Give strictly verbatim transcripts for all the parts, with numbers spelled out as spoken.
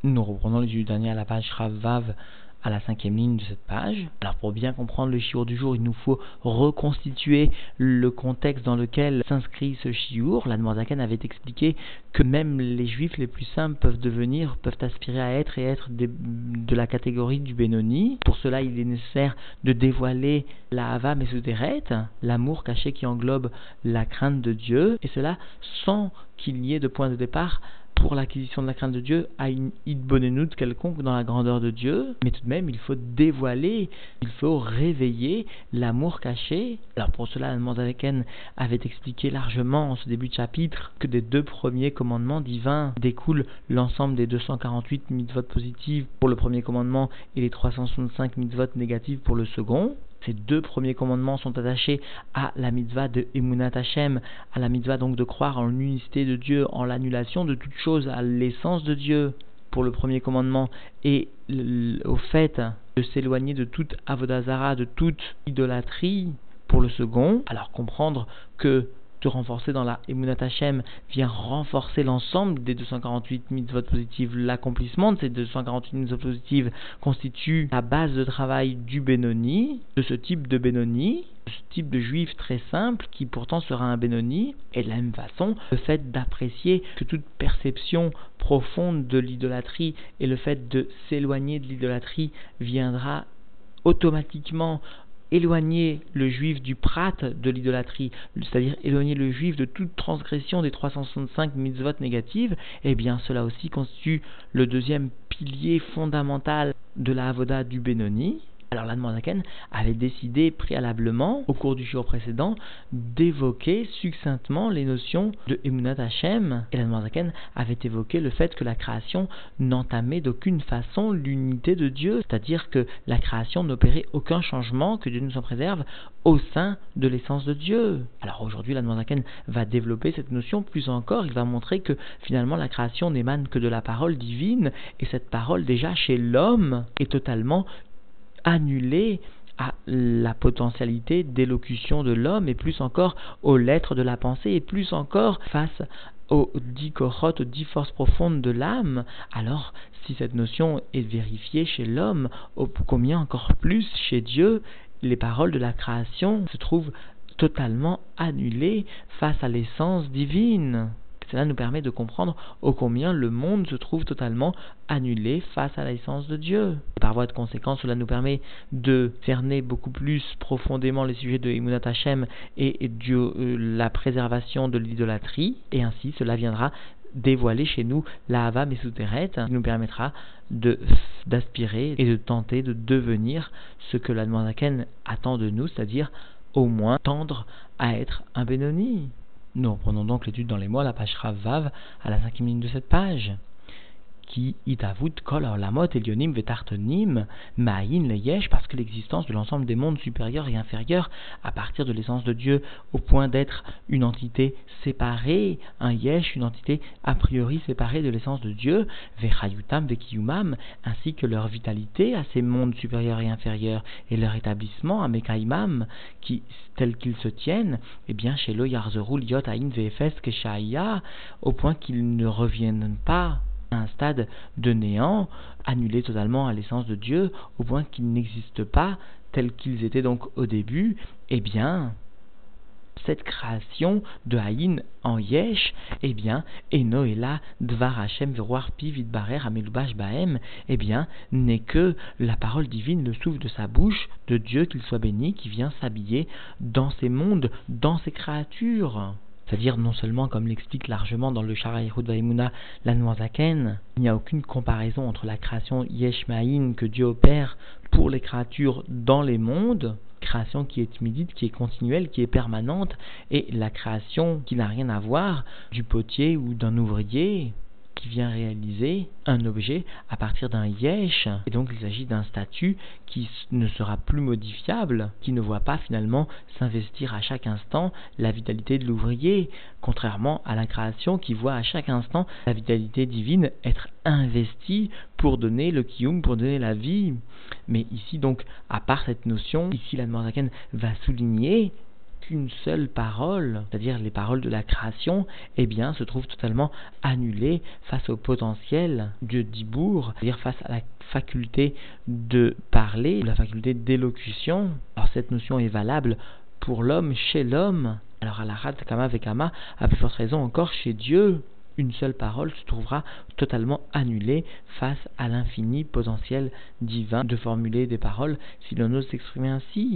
Nous reprenons l'étude dernier à la page Vav, à la cinquième ligne de cette page. Alors pour bien comprendre le shiur du jour, il nous faut reconstituer le contexte dans lequel s'inscrit ce shiur. L'Admor Zaken avait expliqué que même les juifs les plus simples peuvent devenir, peuvent aspirer à être et être des, de la catégorie du Benoni. Pour cela, il est nécessaire de dévoiler la Hava Mesuderet, l'amour caché qui englobe la crainte de Dieu, et cela sans qu'il y ait de point de départ pour l'acquisition de la crainte de Dieu à une idbonenout quelconque dans la grandeur de Dieu, mais tout de même il faut dévoiler, il faut réveiller l'amour caché. Alors pour cela, l'Admor Zaken avait expliqué largement en ce début de chapitre que des deux premiers commandements divins découlent l'ensemble des deux cent quarante-huit mitzvot positives pour le premier commandement et les trois cent soixante-cinq mitzvot négatives pour le second. Ces deux premiers commandements sont attachés à la mitzvah de Emunat Hashem, à la mitzvah donc de croire en l'unicité de Dieu, en l'annulation de toute chose, à l'essence de Dieu pour le premier commandement, et au fait de s'éloigner de toute avodah zara, de toute idolâtrie pour le second. Alors comprendre que de renforcer dans la Emunat Hashem vient renforcer l'ensemble des deux cent quarante-huit mitzvot positives. L'accomplissement de ces deux cent quarante-huit mitzvot positives constitue la base de travail du Benoni, de ce type de Benoni, de ce type de juif très simple qui pourtant sera un Benoni. Et de la même façon, le fait d'apprécier que toute perception profonde de l'idolâtrie et le fait de s'éloigner de l'idolâtrie viendra automatiquement éloigner le juif du prat de l'idolâtrie, c'est-à-dire éloigner le juif de toute transgression des trois cent soixante-cinq mitzvot négatives, eh bien cela aussi constitue le deuxième pilier fondamental de la avoda du Benoni. Alors l'Admor Zaken avait décidé préalablement, au cours du jour précédent, d'évoquer succinctement les notions de Emunat Hashem. Et l'Admor Zaken avait évoqué le fait que la création n'entamait d'aucune façon l'unité de Dieu, c'est-à-dire que la création n'opérait aucun changement, que Dieu nous en préserve, au sein de l'essence de Dieu. Alors aujourd'hui, l'Admor Zaken va développer cette notion plus encore. Il va montrer que finalement la création n'émane que de la parole divine, et cette parole déjà chez l'homme est totalement annulée à la potentialité d'élocution de l'homme, et plus encore aux lettres de la pensée, et plus encore face aux dix koroth, aux dix forces profondes de l'âme. Alors, si cette notion est vérifiée chez l'homme, combien encore plus chez Dieu, les paroles de la création se trouvent totalement annulées face à l'essence divine. Cela nous permet de comprendre ô combien le monde se trouve totalement annulé face à l'essence de Dieu. Et par voie de conséquence, cela nous permet de cerner beaucoup plus profondément les sujets de Emunat Hashem et, et de euh, la préservation de l'idolâtrie. Et ainsi, cela viendra dévoiler chez nous la Hava Mesuderet, qui nous permettra de, d'aspirer et de tenter de devenir ce que l'Admor Zaken attend de nous, c'est-à-dire au moins tendre à être un Benoni. Nous reprenons donc l'étude dans les mots à la page Vav, à la cinquième ligne de cette page. Qui itavut kol olamot elionim vetartonim ma'in le yesh, parce que l'existence de l'ensemble des mondes supérieurs et inférieurs à partir de l'essence de Dieu au point d'être une entité séparée, un yesh, une entité a priori séparée de l'essence de Dieu, vechayutam vekiyumam, ainsi que leur vitalité à ces mondes supérieurs et inférieurs et leur établissement à mekaimam, qui tels qu'ils se tiennent, eh bien chez lo yarzeru liot ain vefes keshaya, au point qu'ils ne reviennent pas à un stade de néant, annulé totalement à l'essence de Dieu, au point qu'ils n'existent pas tels qu'ils étaient donc au début. Eh bien, cette création de Haïn en Yesh, eh bien, Eno Ela Dvar Hashem Veroar Pi Vidbarer Amelubash Bahem, eh bien, n'est que la parole divine, le souffle de sa bouche, de Dieu qu'il soit béni, qui vient s'habiller dans ces mondes, dans ces créatures. C'est-à-dire non seulement, comme l'explique largement dans le Shara Yehud Vaimuna l'Admor Zaken, il n'y a aucune comparaison entre la création Yesh Ma'in que Dieu opère pour les créatures dans les mondes, création qui est immédiate, qui est continuelle, qui est permanente, et la création qui n'a rien à voir du potier ou d'un ouvrier qui vient réaliser un objet à partir d'un yesh, et donc il s'agit d'un statut qui ne sera plus modifiable, qui ne voit pas finalement s'investir à chaque instant la vitalité de l'ouvrier, contrairement à la création qui voit à chaque instant la vitalité divine être investie pour donner le kiyum, pour donner la vie. Mais ici donc, à part cette notion, ici l'Admor Zaken va souligner qu'une seule parole, c'est-à-dire les paroles de la création, eh bien, se trouve totalement annulée face au potentiel de Dibour, c'est-à-dire face à la faculté de parler, la faculté d'élocution. Alors cette notion est valable pour l'homme, chez l'homme. Alors à la Rat Kama Vekama, à plus forte raison encore chez Dieu, une seule parole se trouvera totalement annulée face à l'infini potentiel divin de formuler des paroles si l'on ose s'exprimer ainsi.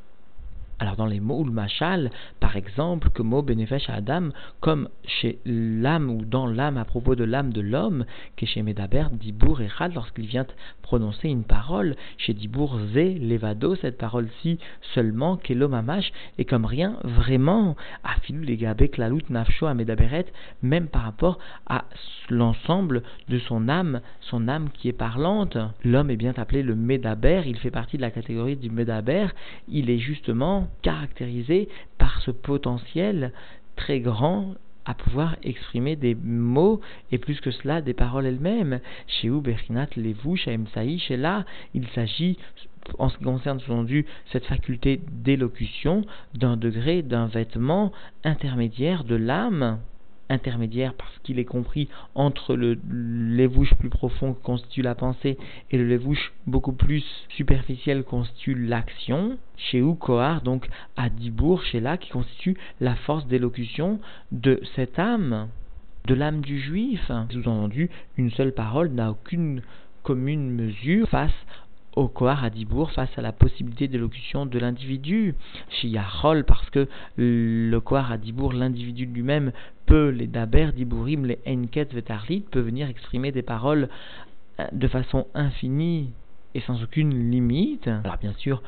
Alors dans les mots ou le machal, par exemple, que mot bénéfèche à Adam, comme chez l'âme ou dans l'âme à propos de l'âme de l'homme, que chez Medaber, Dibour et Chad, lorsqu'il vient prononcer une parole, chez Dibour Zé, Levado, cette parole-ci seulement, Kelo Mamash, et comme rien, vraiment, à Filou les Gabé, Klalut, Nafsho, à Medaberet, même par rapport à l'ensemble de son âme, son âme qui est parlante. L'homme est bien appelé le Medaber, il fait partie de la catégorie du Medaber, il est justement caractérisé par ce potentiel très grand à pouvoir exprimer des mots et plus que cela des paroles elles-mêmes. Chez ou Bechinat Levu Shaim Saï, chez là il s'agit en ce qui concerne sous-entendu cette faculté d'élocution d'un degré d'un vêtement intermédiaire de l'âme, intermédiaire parce qu'il est compris entre le lévouche plus profond qui constitue la pensée et le lévouche beaucoup plus superficiel constitue l'action, chez Ukoar, donc à Dibour, chez là, qui constitue la force d'élocution de cette âme, de l'âme du juif. Sous-entendu, une seule parole n'a aucune commune mesure face au Kohar à Dibour, face à la possibilité d'élocution de l'individu. Chez Yachol, parce que le Kohar à Dibour, l'individu lui-même, peut, les Daber, Dibourim, les Enket, Vetarlit, peut venir exprimer des paroles de façon infinie et sans aucune limite. Alors bien sûr,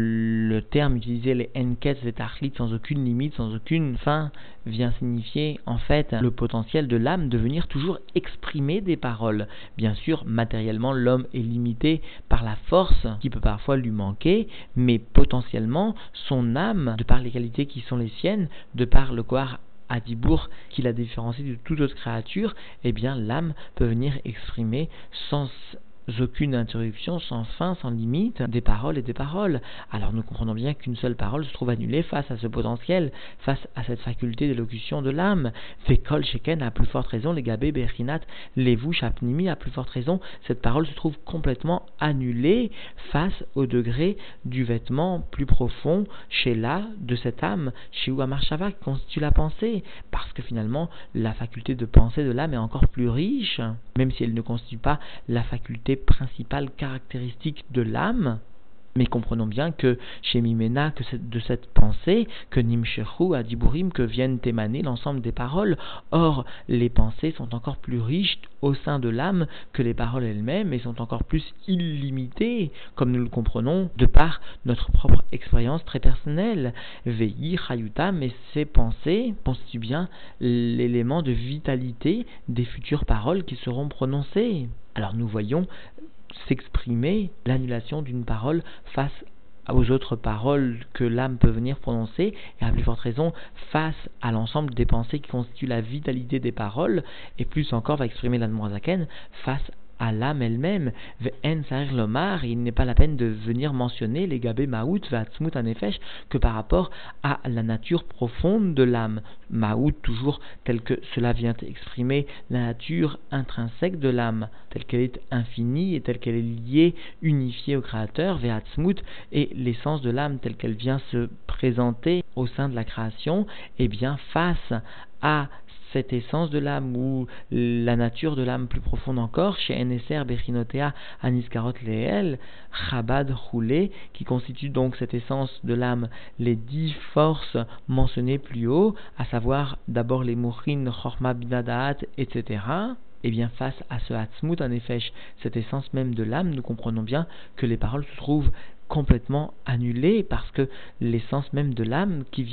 le terme utilisé, les Enket, Vetarlit, sans aucune limite, sans aucune fin, vient signifier en fait le potentiel de l'âme de venir toujours exprimer des paroles. Bien sûr, matériellement, l'homme est limité par la force qui peut parfois lui manquer, mais potentiellement, son âme, de par les qualités qui sont les siennes, de par le Kohar à Dibour qui la différencie de toute autre créature, eh bien l'âme peut venir exprimer sans aucune interruption, sans fin, sans limite, des paroles et des paroles. Alors nous comprenons bien qu'une seule parole se trouve annulée face à ce potentiel, face à cette faculté d'élocution de l'âme. Vekol Sheken, à plus forte raison, les Gabé, Bechinat, Levu, Shapnimi, à plus forte raison, cette parole se trouve complètement annulée face au degré du vêtement plus profond chez là, de cette âme, chez Uamarshava, qui constitue la pensée, parce que finalement, la faculté de penser de l'âme est encore plus riche, même si elle ne constitue pas la faculté principale caractéristique de l'âme. Mais comprenons bien que chez Mimena, que c'est de cette pensée, que Nimshechu, à Diburim, que viennent émaner l'ensemble des paroles. Or, les pensées sont encore plus riches au sein de l'âme que les paroles elles-mêmes et sont encore plus illimitées, comme nous le comprenons, de par notre propre expérience très personnelle. Veyi, Chayutam, et ces pensées constituent bien l'élément de vitalité des futures paroles qui seront prononcées. Alors nous voyons s'exprimer l'annulation d'une parole face aux autres paroles que l'âme peut venir prononcer, et à plus forte raison face à l'ensemble des pensées qui constituent la vitalité des paroles, et plus encore va exprimer l'Admorazaken face à l'âme elle-même. Ve'en sarir lomar, il n'est pas la peine de venir mentionner les gabé maout ve'atzmut anefesh que par rapport à la nature profonde de l'âme. Maout, toujours tel que cela vient exprimer la nature intrinsèque de l'âme, telle qu'elle est infinie et telle qu'elle est liée, unifiée au Créateur, ve'atzmut, et l'essence de l'âme telle qu'elle vient se présenter au sein de la création, et bien face à cette essence de l'âme ou la nature de l'âme plus profonde encore, chez Eneser Bechinotea Aniskarot Leel, Chabad Roulé, qui constitue donc cette essence de l'âme, les dix forces mentionnées plus haut, à savoir d'abord les Mouchin, Chorma Binadaat, et cetera. Et bien face à ce Hatzmut, en effet, cette essence même de l'âme, nous comprenons bien que les paroles se trouvent complètement annulées parce que l'essence même de l'âme qui vient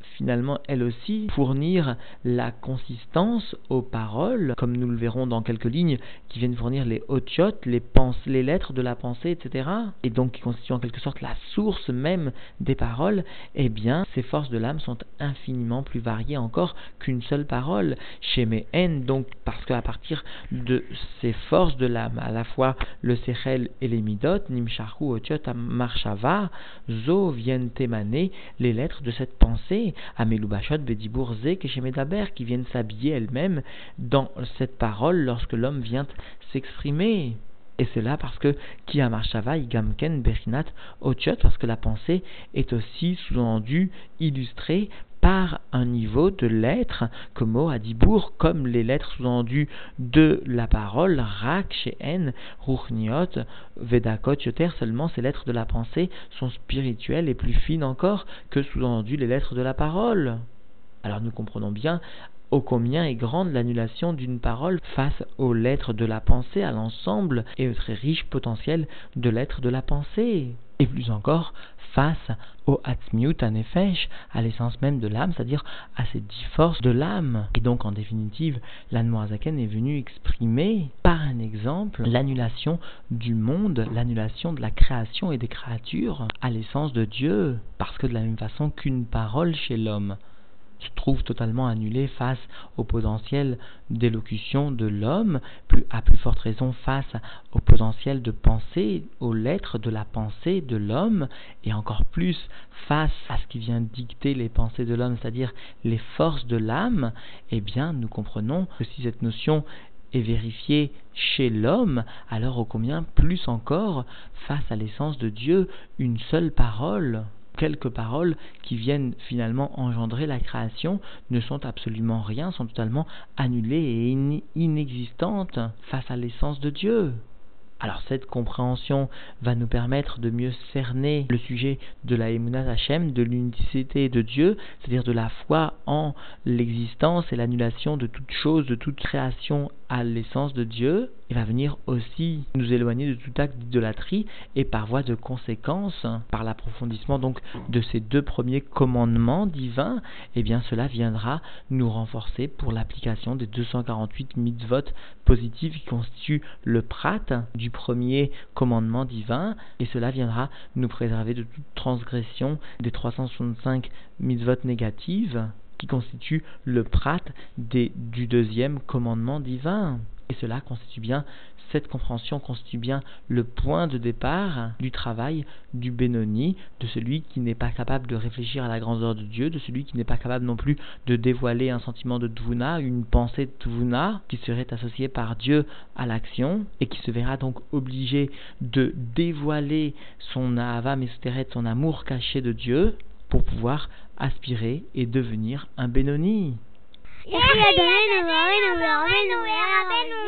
finalement elle aussi fournir la consistance aux paroles, comme nous le verrons dans quelques lignes, qui viennent fournir les otiotes, les pensées, les lettres de la pensée, et cetera. Et donc qui constituent en quelque sorte la source même des paroles. Eh bien, ces forces de l'âme sont infiniment plus variées encore qu'une seule parole. Chez Mehen, donc parce qu'à partir de ces forces de l'âme, à la fois le Sechel et les Midot, Nimshachu Otiot Marshava, Zo viennent émaner les lettres de cette pensée, Amelubashot Bedibur Ze Keshemedaber, qui viennent s'habiller elles-mêmes dans cette parole lorsque l'homme vient s'exprimer. Et c'est là parce que Ki Amarshava Igamken Berinat Otiot, parce que la pensée est aussi sous-entendue, illustrée par un niveau de lettres, comme au Hadibour, comme les lettres sous-entendues de la parole, Rak, Sheen, Ruchniot, Vedakot, Yoter, seulement ces lettres de la pensée sont spirituelles et plus fines encore que sous-entendues les lettres de la parole. Alors nous comprenons bien ô combien est grande l'annulation d'une parole face aux lettres de la pensée, à l'ensemble et au très riche potentiel de lettres de la pensée. Et plus encore, face au Atzmiut Hanefesh, à l'essence même de l'âme, c'est-à-dire à ces dix forces de l'âme. Et donc, en définitive, l'Admorazaken est venu exprimer, par un exemple, l'annulation du monde, l'annulation de la création et des créatures à l'essence de Dieu. Parce que de la même façon qu'une parole chez l'homme se trouve totalement annulé face au potentiel d'élocution de l'homme, plus, à plus forte raison face au potentiel de pensée, aux lettres de la pensée de l'homme, et encore plus face à ce qui vient dicter les pensées de l'homme, c'est-à-dire les forces de l'âme, eh bien nous comprenons que si cette notion est vérifiée chez l'homme, alors ô combien plus encore face à l'essence de Dieu, une seule parole, quelques paroles qui viennent finalement engendrer la création ne sont absolument rien, sont totalement annulées et in- inexistantes face à l'essence de Dieu. Alors cette compréhension va nous permettre de mieux cerner le sujet de la Emunat Hashem, de l'unicité de Dieu, c'est-à-dire de la foi en l'existence et l'annulation de toute chose, de toute création à l'essence de Dieu, et va venir aussi nous éloigner de tout acte d'idolâtrie et par voie de conséquence, par l'approfondissement donc de ces deux premiers commandements divins, eh bien cela viendra nous renforcer pour l'application des deux cent quarante-huit mitzvot positives qui constituent le prat du premier commandement divin, et cela viendra nous préserver de toute transgression des trois cent soixante-cinq mitzvot négatives qui constituent le prat des, du deuxième commandement divin. Et cela constitue bien, cette compréhension constitue bien le point de départ du travail du Benoni, de celui qui n'est pas capable de réfléchir à la grandeur de Dieu, de celui qui n'est pas capable non plus de dévoiler un sentiment de Tvuna, une pensée de Tvuna, qui serait associée par Dieu à l'action, et qui se verra donc obligé de dévoiler son Ahava Mesuteret, son amour caché de Dieu, pour pouvoir aspirer et devenir un Benoni.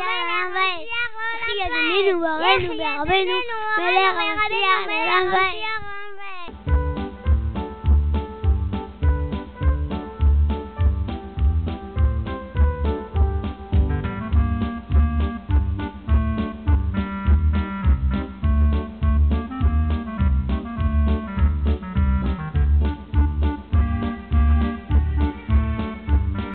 Merci.